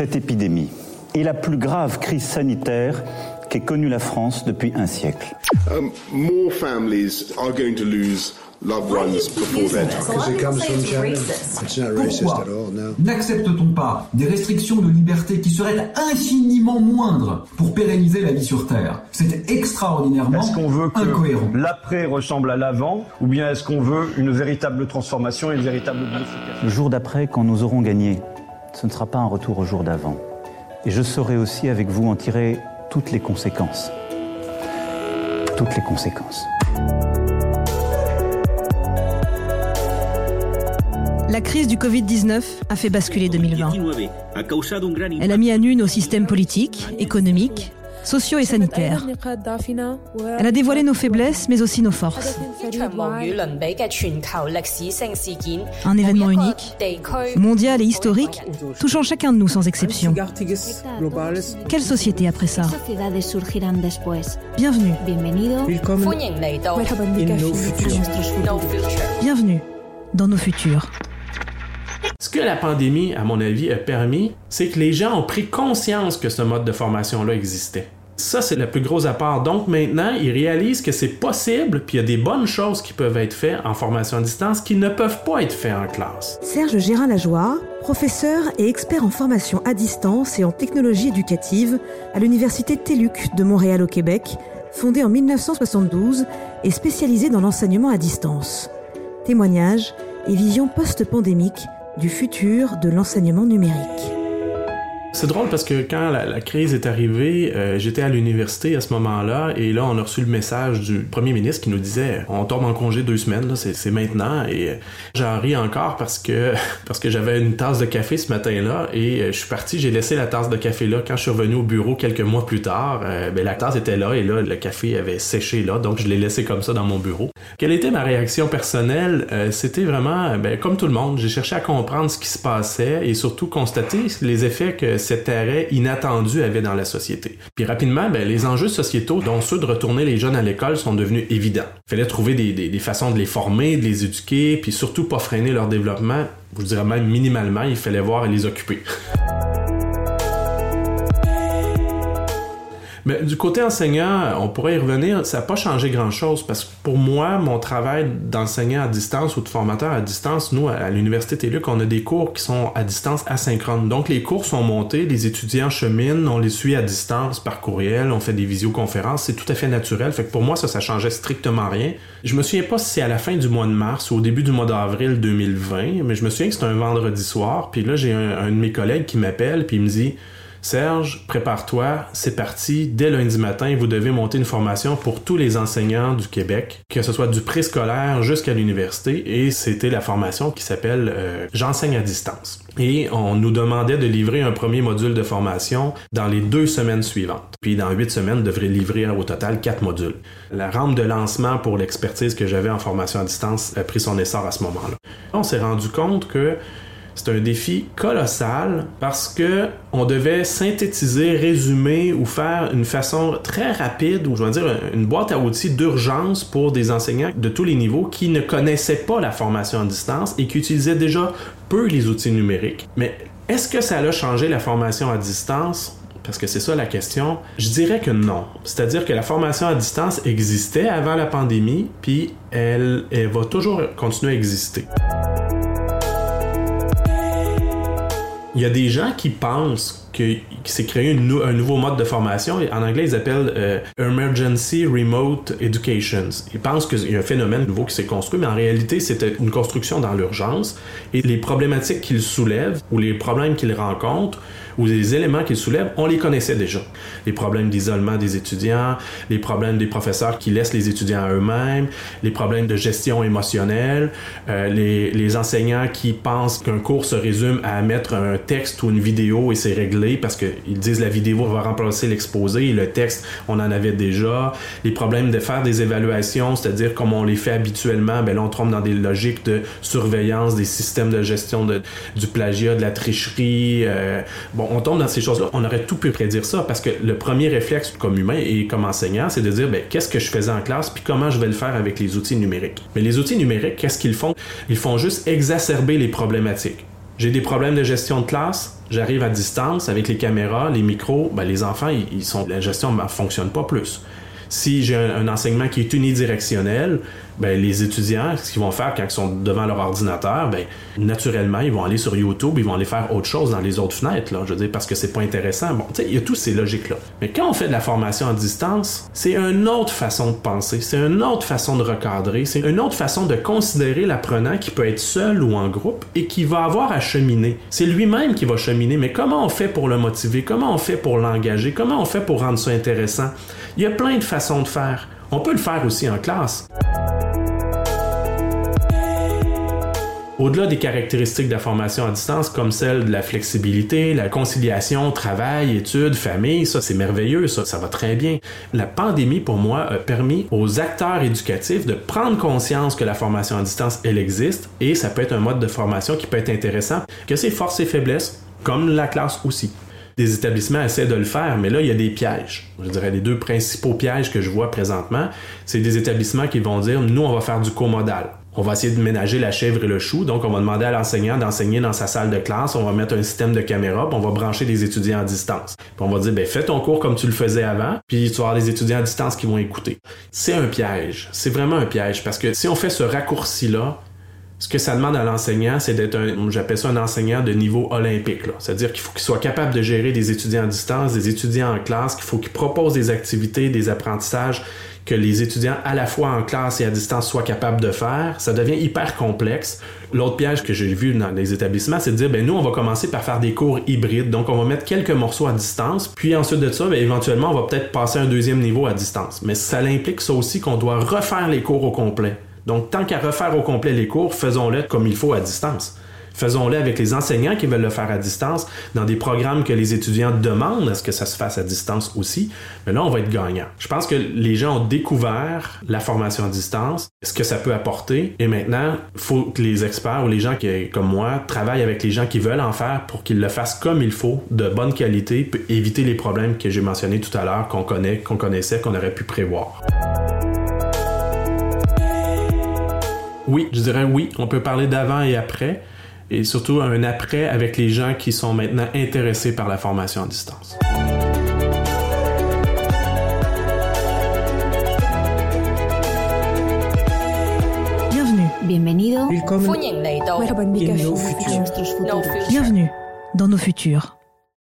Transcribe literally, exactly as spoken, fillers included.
Cette épidémie est la plus grave crise sanitaire qu'ait connue la France depuis un siècle. Um, more families are going to lose loved ones before their time. Because it comes from China. It's not racist at all, no. N'accepte-t-on pas des restrictions de liberté qui seraient infiniment moindres pour pérenniser la vie sur Terre? C'est extraordinairement incohérent. Est-ce qu'on veut que incohérent. L'après ressemble à l'avant, ou bien est-ce qu'on veut une véritable transformation et une véritable modification? Le jour d'après, quand nous aurons gagné, ce ne sera pas un retour au jour d'avant. Et je saurai aussi avec vous en tirer toutes les conséquences. Toutes les conséquences. La crise du covid dix-neuf a fait basculer deux mille vingt. Elle a mis à nu nos systèmes politiques, économiques, sociaux et sanitaires. Elle a dévoilé nos faiblesses, mais aussi nos forces. Un événement unique, mondial et historique, touchant chacun de nous sans exception. Quelle société après ça? Bienvenue. Bienvenue dans nos futurs. Ce que la pandémie, à mon avis, a permis, c'est que les gens ont pris conscience que ce mode de formation-là existait. Ça, c'est le plus gros apport. Donc maintenant, ils réalisent que c'est possible, puis il y a des bonnes choses qui peuvent être faites en formation à distance qui ne peuvent pas être faites en classe. Serge Gérin-Lajoie, professeur et expert en formation à distance et en technologie éducative à l'Université T E L U C de Montréal au Québec, fondée en dix-neuf cent soixante-douze et spécialisée dans l'enseignement à distance. Témoignages et vision post-pandémique du futur de l'enseignement numérique. C'est drôle parce que quand la, la crise est arrivée, euh, j'étais à l'université à ce moment-là et là on a reçu le message du premier ministre qui nous disait on tombe en congé deux semaines, là, c'est, c'est maintenant et euh, j'en ris encore parce que parce que j'avais une tasse de café ce matin-là et euh, je suis parti, j'ai laissé la tasse de café là. Quand je suis revenu au bureau quelques mois plus tard, euh, ben, la tasse était là et là le café avait séché là, donc je l'ai laissé comme ça dans mon bureau. Quelle était ma réaction personnelle? Euh, c'était vraiment, ben, comme tout le monde, j'ai cherché à comprendre ce qui se passait et surtout constater les effets que cet arrêt inattendu avait dans la société. Puis rapidement, ben, les enjeux sociétaux, dont ceux de retourner les jeunes à l'école, sont devenus évidents. Il fallait trouver des, des, des façons de les former, de les éduquer, puis surtout pas freiner leur développement. Je vous dirais même minimalement, il fallait voir et les occuper. Mais du côté enseignant, on pourrait y revenir, ça n'a pas changé grand-chose parce que pour moi, mon travail d'enseignant à distance ou de formateur à distance, nous, à l'Université T E L U C, on a des cours qui sont à distance asynchrone. Donc, les cours sont montés, les étudiants cheminent, on les suit à distance par courriel, on fait des visioconférences, c'est tout à fait naturel. Fait que pour moi, ça, ça changeait strictement rien. Je me souviens pas si c'est à la fin du mois de mars ou au début du mois d'avril deux mille vingt, mais je me souviens que c'était un vendredi soir, puis là, j'ai un, un de mes collègues qui m'appelle, puis il me dit Serge, prépare-toi, c'est parti. Dès lundi matin, vous devez monter une formation pour tous les enseignants du Québec, que ce soit du préscolaire jusqu'à l'université, et c'était la formation qui s'appelle euh, « J'enseigne à distance ». Et on nous demandait de livrer un premier module de formation dans les deux semaines suivantes. Puis dans huit semaines, on devrait livrer au total quatre modules. La rampe de lancement pour l'expertise que j'avais en formation à distance a pris son essor à ce moment-là. On s'est rendu compte que c'est un défi colossal parce que on devait synthétiser, résumer ou faire une façon très rapide, ou je vais dire une boîte à outils d'urgence pour des enseignants de tous les niveaux qui ne connaissaient pas la formation à distance et qui utilisaient déjà peu les outils numériques. Mais est-ce que ça a changé la formation à distance? Parce que c'est ça la question. Je dirais que non. C'est-à-dire que la formation à distance existait avant la pandémie, puis elle, elle va toujours continuer à exister. Il y a des gens qui pensent que, que s'est créé une, un nouveau mode de formation. En anglais, ils appellent euh, Emergency Remote Education. Ils pensent qu'il y a un phénomène nouveau qui s'est construit, mais en réalité, c'était une construction dans l'urgence. Et les problématiques qu'ils soulèvent, ou les problèmes qu'ils rencontrent, ou les éléments qu'ils soulèvent, on les connaissait déjà. Les problèmes d'isolement des étudiants, les problèmes des professeurs qui laissent les étudiants à eux-mêmes, les problèmes de gestion émotionnelle, euh, les, les enseignants qui pensent qu'un cours se résume à mettre un texte ou une vidéo et c'est réglé parce qu'ils disent la vidéo va remplacer l'exposé et le texte, on en avait déjà. Les problèmes de faire des évaluations, c'est-à-dire comme on les fait habituellement, ben là on tombe dans des logiques de surveillance, des systèmes de gestion de, du plagiat, de la tricherie. Euh, bon, on tombe dans ces choses-là. On aurait tout pu prédire ça parce que le premier réflexe comme humain et comme enseignant, c'est de dire ben, qu'est-ce que je faisais en classe puis comment je vais le faire avec les outils numériques. Mais les outils numériques, qu'est-ce qu'ils font? Ils font juste exacerber les problématiques. J'ai des problèmes de gestion de classe, j'arrive à distance avec les caméras, les micros, ben les enfants, ils, ils sont, la gestion ne fonctionne pas plus. Si j'ai un, un enseignement qui est unidirectionnel, ben les étudiants, ce qu'ils vont faire quand ils sont devant leur ordinateur, ben naturellement, ils vont aller sur YouTube, ils vont aller faire autre chose dans les autres fenêtres, là, je veux dire, parce que c'est pas intéressant. Bon, tu sais, il y a toutes ces logiques-là. Mais quand on fait de la formation à distance, c'est une autre façon de penser, c'est une autre façon de recadrer, c'est une autre façon de considérer l'apprenant qui peut être seul ou en groupe et qui va avoir à cheminer. C'est lui-même qui va cheminer, mais comment on fait pour le motiver? Comment on fait pour l'engager? Comment on fait pour rendre ça intéressant? Il y a plein de façons de faire. On peut le faire aussi en classe. Au-delà des caractéristiques de la formation à distance, comme celle de la flexibilité, la conciliation, travail, études, famille, ça c'est merveilleux, ça, ça va très bien. La pandémie, pour moi, a permis aux acteurs éducatifs de prendre conscience que la formation à distance, elle existe, et ça peut être un mode de formation qui peut être intéressant, que c'est forces et faiblesses, comme la classe aussi. Des établissements essaient de le faire, mais là, il y a des pièges. Je dirais les deux principaux pièges que je vois présentement, c'est des établissements qui vont dire, nous, on va faire du comodal. On va essayer de ménager la chèvre et le chou, donc on va demander à l'enseignant d'enseigner dans sa salle de classe, on va mettre un système de caméra, puis on va brancher des étudiants à distance. Puis on va dire, ben fais ton cours comme tu le faisais avant, puis tu vas avoir des étudiants à distance qui vont écouter. C'est un piège, c'est vraiment un piège, parce que si on fait ce raccourci-là, ce que ça demande à l'enseignant, c'est d'être un, j'appelle ça un enseignant de niveau olympique, là. C'est-à-dire qu'il faut qu'il soit capable de gérer des étudiants à distance, des étudiants en classe, qu'il faut qu'il propose des activités, des apprentissages que les étudiants à la fois en classe et à distance soient capables de faire. Ça devient hyper complexe. L'autre piège que j'ai vu dans les établissements, c'est de dire, ben nous, on va commencer par faire des cours hybrides. Donc, on va mettre quelques morceaux à distance, puis ensuite de ça, ben, éventuellement, on va peut-être passer un deuxième niveau à distance. Mais ça implique ça aussi qu'on doit refaire les cours au complet. Donc, tant qu'à refaire au complet les cours, faisons-le comme il faut à distance. Faisons-le avec les enseignants qui veulent le faire à distance, dans des programmes que les étudiants demandent à ce que ça se fasse à distance aussi. Mais là, on va être gagnant. Je pense que les gens ont découvert la formation à distance, ce que ça peut apporter, et maintenant, il faut que les experts ou les gens qui, comme moi, travaillent avec les gens qui veulent en faire pour qu'ils le fassent comme il faut, de bonne qualité, pour éviter les problèmes que j'ai mentionnés tout à l'heure, qu'on connaît, qu'on connaissait, qu'on aurait pu prévoir. Oui, je dirais oui, on peut parler d'avant et après, et surtout un après avec les gens qui sont maintenant intéressés par la formation à distance. Bienvenue. Bienvenido. Bienvenue dans nos futurs.